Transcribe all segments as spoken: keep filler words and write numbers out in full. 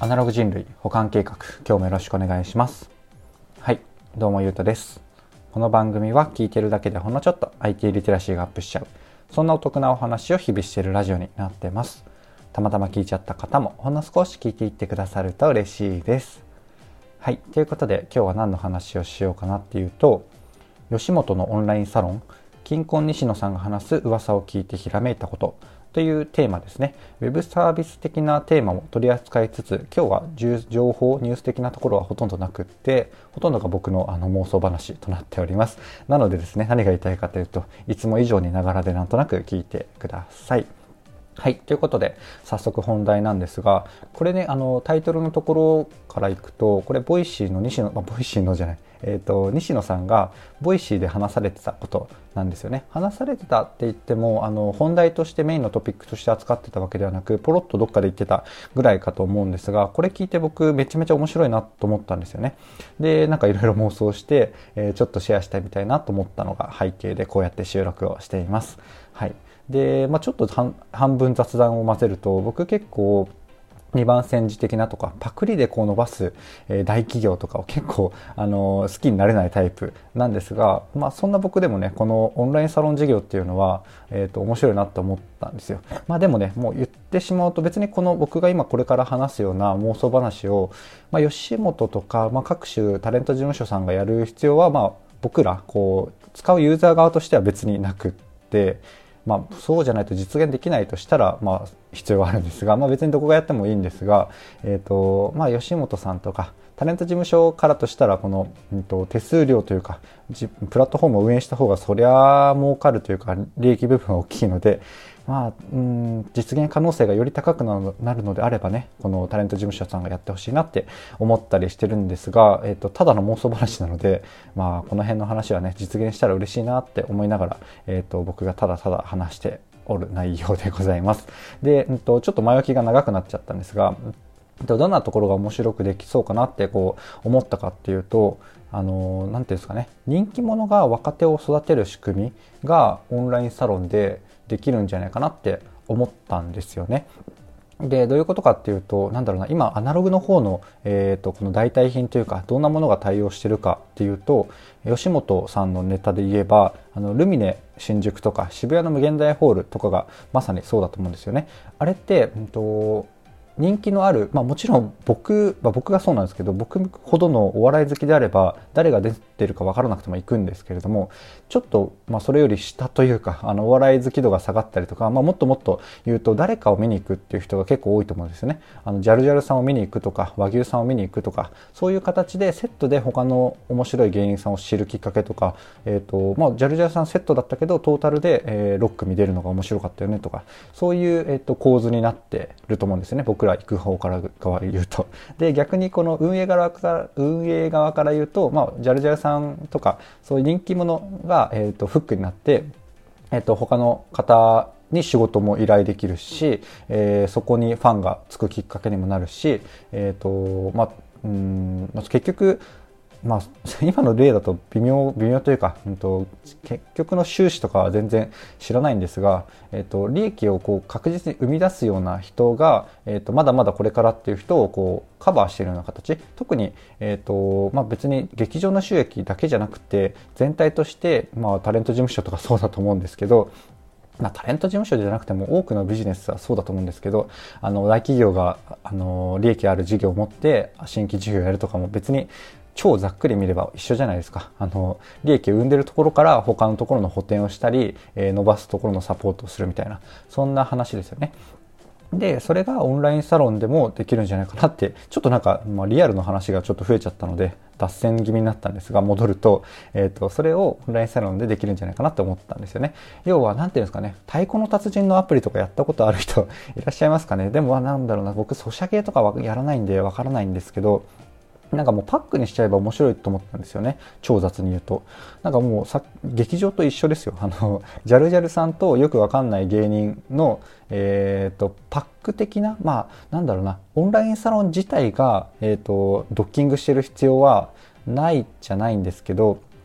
アナログ人類補完計画、今日もよろしくお願いします。はい、どうもゆうとです。この番組は聞いてるだけでほんのちょっと アイティー リテラシーがアップしちゃう、そんなお得なお話を日々しているラジオになってます。たまたま聞いちゃった方もほんの少し聞いていってくださると嬉しいです。はい、ということで今日は何の話をしようかなっていうと、吉本のオンラインサロン金婚西野さんが話す噂を聞いてひらめいたことというテーマですね。ウェブサービス的なテーマも取り扱いつつ、今日は情報ニュース的なところはほとんどなくって、ほとんどが僕のあの妄想話となっております。なのでですね、何が言いたいかというと、いつも以上にながらでなんとなく聞いてください。はい、ということで早速本題なんですが、これね、あのタイトルのところからいくと、これボイシーの西野、まあ、ボイシーのじゃない、えーと、西野さんがボイシーで話されてたことなんですよね。話されてたって言っても、あの本題としてメインのトピックとして扱ってたわけではなく、ポロッとどっかで言ってたぐらいかと思うんですが、これ聞いて僕めちゃめちゃ面白いなと思ったんですよね。で、なんかいろいろ妄想して、えー、ちょっとシェアしたいみたいなと思ったのが背景で、こうやって収録をしています。はい。で、まあ、ちょっと半分雑談を混ぜると、僕結構にばん煎じ的なとかパクリでこう伸ばす大企業とかを結構あの好きになれないタイプなんですが、まあ、そんな僕でもね、このオンラインサロン事業っていうのは、えー、と面白いなと思ったんですよ。まあでもね、もう言ってしまうと、別にこの僕が今これから話すような妄想話を、まあ、吉本とか、まあ、各種タレント事務所さんがやる必要は、まあ僕らこう使うユーザー側としては別になくって、まあ、そうじゃないと実現できないとしたら、まあ、必要はあるんですが、まあ、別にどこがやってもいいんですが、えーとまあ、吉本さんとかタレント事務所からとしたら、この、うん、と手数料というかプラットフォームを運営した方がそりゃ儲かるというか利益部分は大きいので、まあ、うん実現可能性がより高くなるのであればね、このタレント事務所さんがやってほしいなって思ったりしてるんですが、えーとただの妄想話なので、まあ、この辺の話はね実現したら嬉しいなって思いながら、えーと僕がただただ話しておる内容でございます。で、うん、とちょっと前置きが長くなっちゃったんですが、どんなところが面白くできそうかなってこう思ったかっていうと、あのなんていうんですかね、人気者が若手を育てる仕組みがオンラインサロンでできるんじゃないかなって思ったんですよね。で、どういうことかっていうと、なんだろうな、今アナログの方の、えーと、この代替品というか、どんなものが対応してるかっていうと、吉本さんのネタで言えば、あのルミネ新宿とか渋谷の無限大ホールとかがまさにそうだと思うんですよね。あれって、うんと人気のある、まあもちろん僕、まあ、僕がそうなんですけど、僕ほどのお笑い好きであれば誰が出てるか分からなくても行くんですけれども、ちょっとまあそれより下というか、あのお笑い好き度が下がったりとか、まあ、もっともっと言うと誰かを見に行くっていう人が結構多いと思うんですよね。あのジャルジャルさんを見に行くとか、和牛さんを見に行くとか、そういう形でセットで他の面白い芸人さんを知るきっかけとか、えっとまあジャルジャルさんセットだったけどトータルで、えー、ろっくみ出るのが面白かったよねとか、そういう、えー、と構図になってると思うんですよね、僕ら行く方から側言うと。で、逆にこの運営側から運営側から言うと、まあジャルジャルさんとかそういう人気者が、えー、とフックになって、えー、と他の方に仕事も依頼できるし、えー、そこにファンがつくきっかけにもなるし、えーとまあ、うん結局まあ、今の例だと微妙、微妙というか、うん、と結局の収支とかは全然知らないんですが、えっと、利益をこう確実に生み出すような人が、えっと、まだまだこれからっていう人をこうカバーしているような形、特に、えっとまあ、別に劇場の収益だけじゃなくて全体として、まあ、タレント事務所とかそうだと思うんですけど、まあ、タレント事務所じゃなくても多くのビジネスはそうだと思うんですけど、あの大企業があの利益ある事業を持って新規事業をやるとかも別に超ざっくり見れば一緒じゃないですか。あの利益を生んでるところから他のところの補填をしたり、えー、伸ばすところのサポートをするみたいな、そんな話ですよね。で、それがオンラインサロンでもできるんじゃないかなって、ちょっとなんか、まあ、リアルの話がちょっと増えちゃったので脱線気味になったんですが、戻ると、えっと、それをオンラインサロンでできるんじゃないかなって思ったんですよね。要は、なんていうんですかね、太鼓の達人のアプリとかやったことある人いらっしゃいますかね。でも、なんだろうな、僕、ソシャゲとかはやらないんでわからないんですけど、なんかもうパックにしちゃえば面白いと思ったんですよね。超雑に言うと。なんかもうさ劇場と一緒ですよ。あの、ジャルジャルさんとよくわかんない芸人の、えーと、パック的な、まあ、なんだろうな、オンラインサロン自体が、えーと、ドッキングしてる必要はないじゃないんですけど、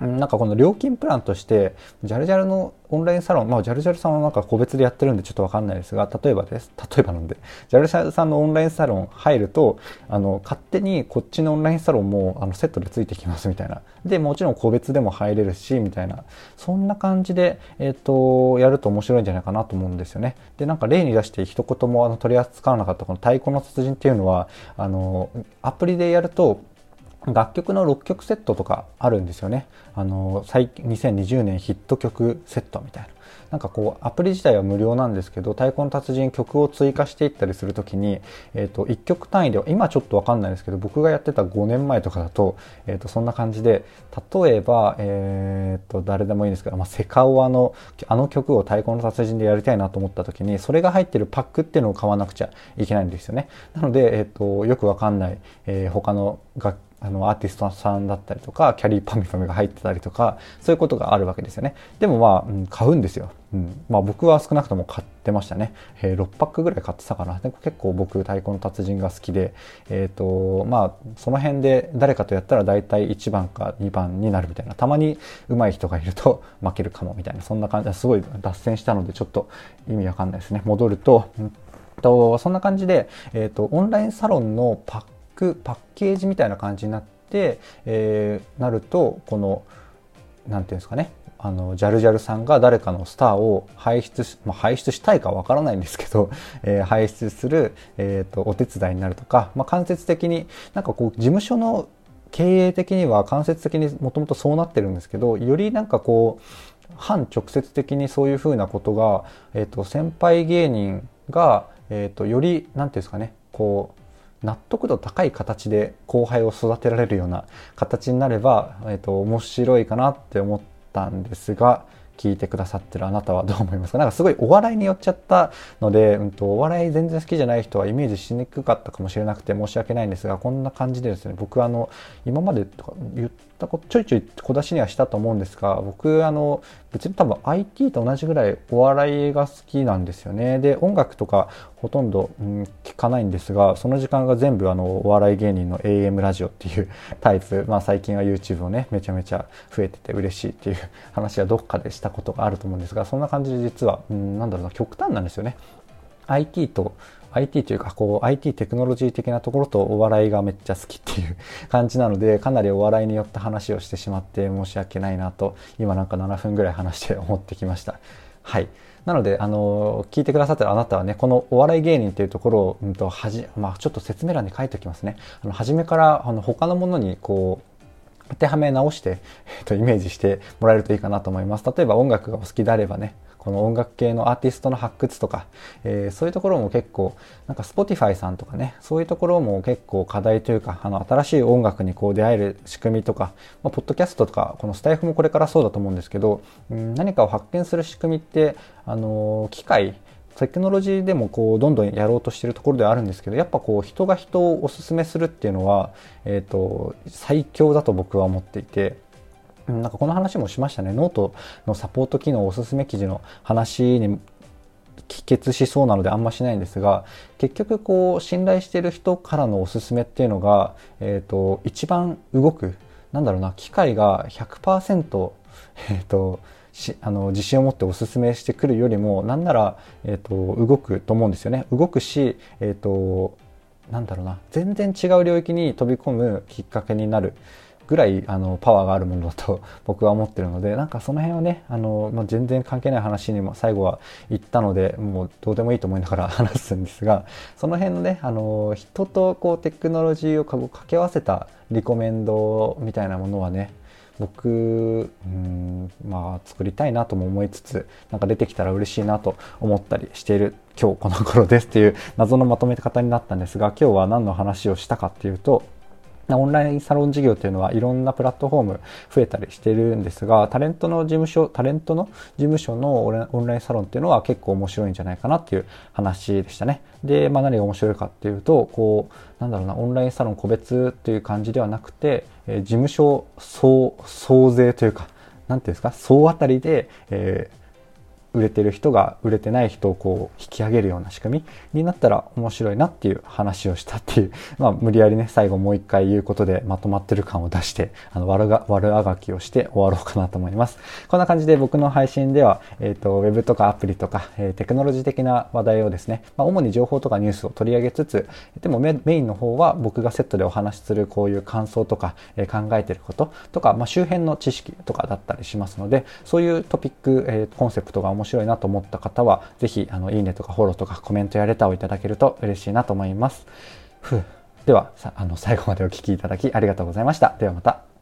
なんかこの料金プランとしてジャルジャルのオンラインサロン、まあジャルジャルさんはなんか個別でやってるんでちょっとわかんないですが、例えばです例えばなんでジャルジャルさんのオンラインサロン入るとあの勝手にこっちのオンラインサロンもあのセットでついてきますみたいな、でもちろん個別でも入れるしみたいな、そんな感じでえっとやると面白いんじゃないかなと思うんですよね。でなんか例に出して一言もあの取り扱わなかったこの太鼓の達人っていうのはあのアプリでやると楽曲のろっきょくセットとかあるんですよね。あの最近にせんにじゅうねんヒット曲セットみたいな、なんかこうアプリ自体は無料なんですけど、太鼓の達人曲を追加していったりするときに、えー、といっきょく単位では今ちょっとわかんないですけど、僕がやってたごねんまえとかだと、えー、とそんな感じで、例えば、えー、と誰でもいいんですけど、まあ、セカオワのあの曲を太鼓の達人でやりたいなと思ったときに、それが入ってるパックっていうのを買わなくちゃいけないんですよね。なので、えー、とよくわかんない、えー、他の楽あのアーティストさんだったりとかキャリーパミュパミュが入ってたりとか、そういうことがあるわけですよね。でもまあ、うん、買うんですよ、うんまあ、僕は少なくとも買ってましたね、えー、ろっパックぐらい買ってたかな。で結構僕太鼓の達人が好きで、えーとまあ、その辺で誰かとやったら大体いちばんかにばんになるみたいな、たまに上手い人がいると負けるかもみたいな、そんな感じですごい脱線したのでちょっと意味わかんないですね。戻ると、うん、とそんな感じで、えーとオンラインサロンのパッパッケージみたいな感じになって、えー、なるとこのなんていうんですかね、あのジャルジャルさんが誰かのスターを輩出し、まあ、輩出したいかわからないんですけど、えー、輩出する、えーと、お手伝いになるとか、まあ、間接的になんかこう事務所の経営的には間接的にもともとそうなってるんですけど、よりなんかこう反直接的にそういうふうなことが、えーと、先輩芸人が、えーと、よりなんていうんですかね、こう納得度高い形で後輩を育てられるような形になれば、えーと、面白いかなって思ったんですが、聞いてくださってるあなたはどう思いますか？なんかすごいお笑いに寄っちゃったので、うんと、お笑い全然好きじゃない人はイメージしにくかったかもしれなくて申し訳ないんですが、こんな感じでですね、僕はあの今までとか言ったことちょいちょい小出しにはしたと思うんですが、僕あの別に多分 アイティー と同じぐらいお笑いが好きなんですよね。で音楽とかほとんど、うん、聞かないんですが、その時間が全部あのお笑い芸人の エーエム ラジオっていうタイプ、まあ最近は YouTube をねめちゃめちゃ増えてて嬉しいっていう話はどっかでしたことがあると思うんですが、そんな感じで実は、うん、なんだろうな、極端なんですよね。 アイティー と アイティー というかこう アイティー テクノロジー的なところとお笑いがめっちゃ好きっていう感じなので、かなりお笑いによって話をしてしまって申し訳ないなと今なんかななふんぐらい話して思ってきました。はい。なので、あの聞いてくださってるあなたはね、このお笑い芸人っていうところを、うんとはじまあ、ちょっと説明欄に書いておきますね。あの初めからあの他のものにこう当てはめ直して、えっと、イメージしてもらえるといいかなと思います。例えば音楽がお好きであればね、この音楽系のアーティストの発掘とか、えー、そういうところも結構なんか Spotify さんとかね、そういうところも結構課題というか、あの新しい音楽にこう出会える仕組みとか、まあ、ポッドキャストとかこのスタイフもこれからそうだと思うんですけど、うん、何かを発見する仕組みってあのー、機械テクノロジーでもこうどんどんやろうとしているところではあるんですけど、やっぱこう人が人をおすすめするっていうのは、えーと、最強だと僕は思っていて、なんかこの話もしましたね。ノートのサポート機能おすすめ記事の話に帰結しそうなのであんましないんですが、結局こう信頼している人からのおすすめっていうのが、えーと、一番動く、なんだろうな、機械が ひゃくパーセント、えーとしあの自信を持っておすすめしてくるよりも、なんなら、えーと、動くと思うんですよね。動くし、えーと、なんだろうな、全然違う領域に飛び込むきっかけになるぐらいあのパワーがあるものだと僕は思ってるので、なんかその辺はね、あの、まあ、全然関係ない話にも最後は言ったので、もうどうでもいいと思いながら話すんですが、その辺のね、あの人とこうテクノロジーを掛け合わせたリコメンドみたいなものはね、僕うんまあ作りたいなとも思いつつ、なんか出てきたら嬉しいなと思ったりしている今日この頃ですっていう謎のまとめ方になったんですが、今日は何の話をしたかっていうと、オンラインサロン事業というのはいろんなプラットフォーム増えたりしているんですが、タレントの事務所、タレントの事務所のオンラインサロンっていうのは結構面白いんじゃないかなっていう話でしたね。で、まあ何が面白いかっていうと、こう、なんだろうな、オンラインサロン個別っていう感じではなくて、えー、事務所総、総勢というか、なんていうんですか、総あたりで、えー売れてる人が売れてない人をこう引き上げるような仕組みになったら面白いなっていう話をしたっていう、まあ無理やりね最後もう一回言うことでまとまってる感を出してあの悪が悪あがきをして終わろうかなと思います。こんな感じで僕の配信では、えーと、ウェブとかアプリとか、えー、テクノロジー的な話題をですね、まあ、主に情報とかニュースを取り上げつつ、でもメインの方は僕がセットでお話しするこういう感想とか、えー、考えてることとか、まあ、周辺の知識とかだったりしますので、そういうトピック、えー、コンセプトが面白いなと思った方はぜひあのいいねとかフォローとかコメントやレターをいただけると嬉しいなと思います。ふうではあの最後までお聞きいただきありがとうございました。ではまた。